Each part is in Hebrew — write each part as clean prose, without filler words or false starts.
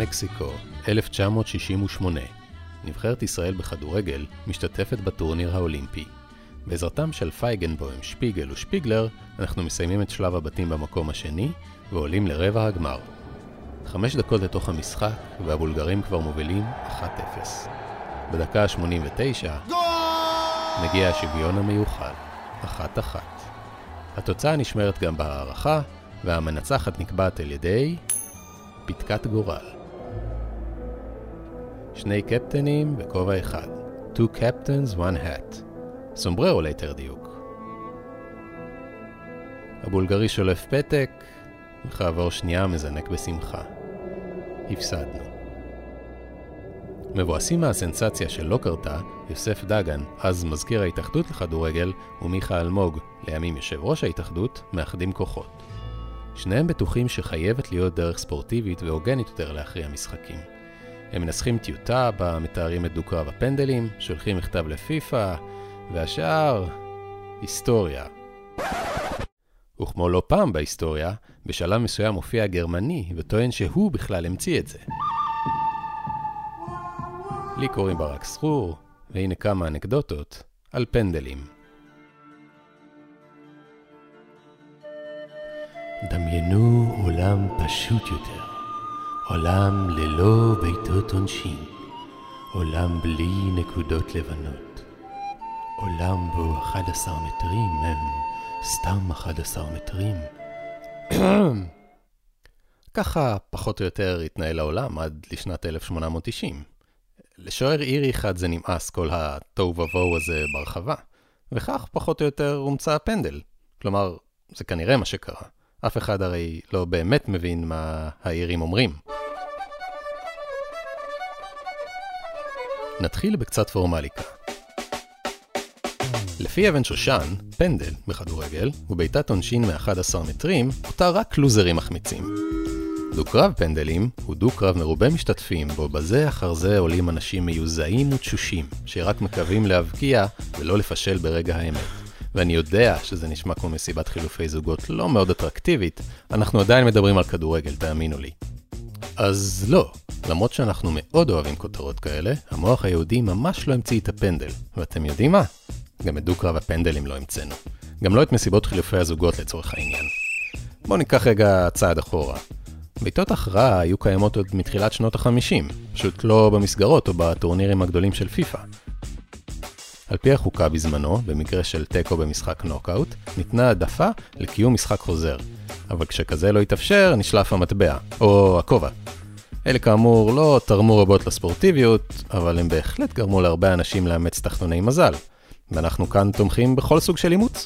מקסיקו, 1968. נבחרת ישראל בכדורגל משתתפת בטורניר האולימפי. בעזרתם של פייגנבוים, שפיגל ושפיגלר, אנחנו מסיימים את שלב הבתים במקום השני ועולים לרבע הגמר. 5 דקות לתוך המשחק והבולגרים כבר מובילים 1-0. בדקה ה-89 מגיע השוויון המיוחד, 1-1. התוצאה נשמרת גם בהערכה והמנצחת נקבעת על ידי פתקת גורל. 2 קפטנים בכובע אחד. 2 captains, 1 hat. סומבררו ליתר דיוק. הבולגרי שולף פתק, וכעבור שנייה מזנק בשמחה. הפסדנו. מבואסים מהסנסציה שלא קרתה, יוסף דגן, אז מזכיר ההתאחדות לכדורגל, ומיכה אלמוג, לימים יושב ראש ההתאחדות, מאחדים כוחות. שניהם בטוחים שחייבת להיות דרך ספורטיבית והוגנית יותר להכריע משחקים. הם מנסחים טיוטה בה מתארים את דו-קרב הפנדלים, שולחים מכתב לפיפה, והשאר היסטוריה. וכמו לא פעם בהיסטוריה, בשלב מסוים מופיע גרמני וטוען שהוא בכלל המציא את זה. לי קוראים ברק סחור, והנה כמה אנקדוטות על פנדלים. דמיינו עולם פשוט יותר, עולם ללא ביתות עונשין, עולם בלי נקודות לבנות, עולם בו 11 מטרים הם סתם 11 מטרים. ככה פחות או יותר התנהל העולם עד לשנת 1890. לשוער אירי אחד זה נמאס כל התוהו ובוהו הזה ברחבה, וכך פחות או יותר הומצא הפנדל. כלומר, זה כנראה מה שקרה. אף אחד הרי לא באמת מבין מה האירים אומרים. נתחיל בקצת פורמליקה. לפי אבן שושן, פנדל בכדורגל ובעיטת עונשין מ-11 מטרים מותר רק לוזרים מחמיצים. דו-קרב פנדלים הוא דו-קרב מרובה משתתפים בו בזה אחר זה עולים אנשים מיוזעים ותשושים שרק מקווים להבקיע ולא לפשל ברגע האמת. ואני יודע שזה נשמע כמו מסיבת חילופי זוגות לא מאוד אטרקטיבית, אנחנו עדיין מדברים על כדורגל, תאמינו לי. אז לא, למרות שאנחנו מאוד אוהבים כותרות כאלה, המוח היהודי ממש לא המציא את הפנדל. ואתם יודעים מה? גם את דו-קרב הפנדלים לא המצאנו. גם לא את מסיבות חילופי הזוגות לצורך העניין. בואו ניקח רגע צעד אחורה. בעיטות הכרעה היו קיימות עוד מתחילת שנות ה-50, פשוט לא במסגרות או בטורנירים הגדולים של פיפה. על פי החוקה בזמנו, במקרה של טקו במשחק נוקאוט, ניתנה העדפה לקיום משחק חוזר. אבל כשכזה לא התאפשר, נשלף המטבע, או הכובע. אלה כאמור לא תרמו רבות לספורטיביות, אבל הם בהחלט גרמו להרבה אנשים לאמץ תחתוני מזל. ואנחנו כאן תומכים בכל סוג של אימוץ.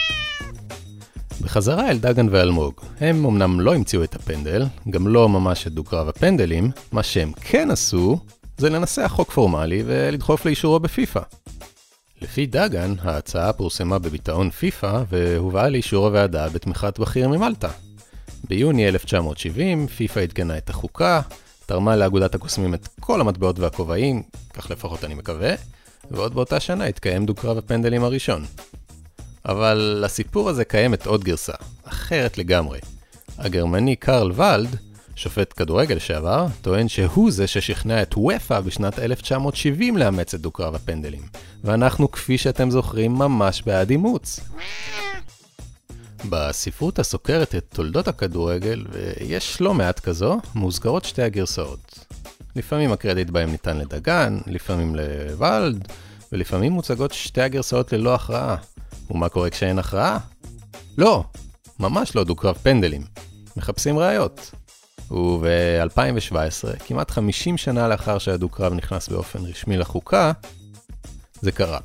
בחזרה אל דגן ואלמוג, הם אמנם לא המציאו את הפנדל, גם לא ממש את דו-קרב הפנדלים, מה שהם כן עשו, זה לנסח חוק פורמלי ולדחוף לאישורו בפיפה. לפי דגן, ההצעה פורסמה בביטאון פיפה והובאה לאישור הוועדה בתמיכת בכיר ממלטה. ביוני 1970, פיפה התקנה את החוקה, תרמה לאגודת הקוסמים את כל המטבעות והכובעים, כך לפחות אני מקווה, ועוד באותה שנה התקיים דו-קרב הפנדלים הראשון. אבל לסיפור הזה קיימת עוד גרסה, אחרת לגמרי. הגרמני קרל ולד, שופט כדורגל שעבר, טוען שהוא זה ששכנע את וופה בשנת 1970 לאמץ את דו-קרב הפנדלים. ואנחנו, כפי שאתם זוכרים, ממש בעד אימוץ. בספרות הסוקרת את תולדות הכדורגל, ויש לא מעט כזו, מוזכרות שתי הגרסאות. לפעמים הקרדיט בהם ניתן לדגן, לפעמים לוולד, ולפעמים מוצגות שתי הגרסאות ללא הכרעה. ומה קורה כשאין הכרעה? לא, ממש לא דו-קרב פנדלים. מחפשים ראיות. וב-2017, כמעט 50 שנה לאחר שהדו-קרב נכנס באופן רשמי לחוקה, זה קרה.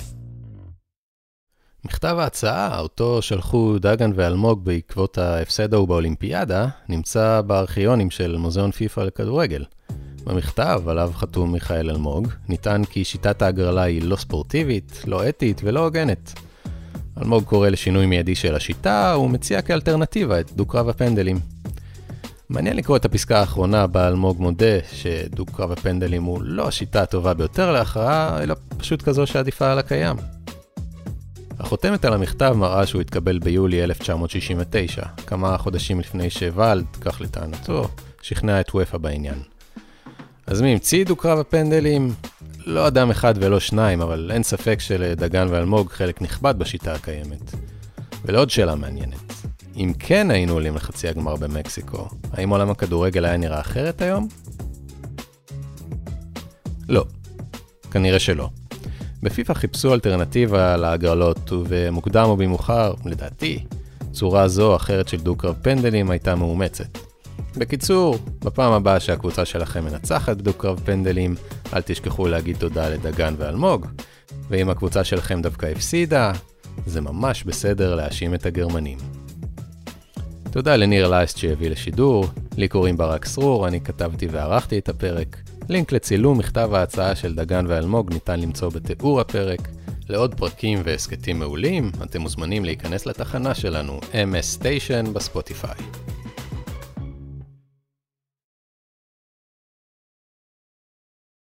מכתב ההצעה, אותו שלחו דגן ואלמוג בעקבות ההפסד ההוא באולימפיאדה, נמצא בארכיונים של מוזיאון פיפה לכדורגל. במכתב, עליו חתום מיכאל אלמוג, נטען כי שיטת ההגרלה היא לא ספורטיבית, לא אתית ולא הוגנת. אלמוג קורא לשינוי מיידי של השיטה, ומציע כאלטרנטיבה את דו-קרב הפנדלים. מעניין לקרוא את הפסקה האחרונה בה אלמוג מודה שדו-קרב הפנדלים הוא לא השיטה הטובה ביותר להכרעה, אלא פשוט כזו שעדיפה על הקיים. החותמת על המכתב מראה שהוא התקבל ביולי 1969, כמה חודשים לפני שוולד, כך לטענתו, שכנע את וופה בעניין. אז מי המציא דו-קרב הפנדלים? לא אדם אחד ולא שניים, אבל אין ספק שלדגן ואלמוג חלק נכבד בשיטה הקיימת. ולעוד שאלה מעניינת. אם כן היינו עולים לחצי הגמר במקסיקו, האם עולם הכדורגל היה נראה אחרת היום? לא. כנראה שלא. בפיפה חיפשו אלטרנטיבה להגרלות, ובמוקדם או במאוחר, לדעתי, צורה זו או אחרת של דו-קרב פנדלים הייתה מאומצת. בקיצור, בפעם הבאה שהקבוצה שלכם מנצחת בדו-קרב פנדלים, אל תשכחו להגיד תודה לדגן ואלמוג, ואם הקבוצה שלכם דווקא הפסידה, זה ממש בסדר להאשים את הגרמנים. תודה לניר לייסט שהביא לשידור, לי קוראים ברק סרור, אני כתבתי וערכתי את הפרק. לינק לצילום מכתב ההצעה של דגן ואלמוג ניתן למצוא בתיאור הפרק. לעוד פרקים והסקטים מעולים, אתם מוזמנים להיכנס לתחנה שלנו, MS Station בספוטיפיי.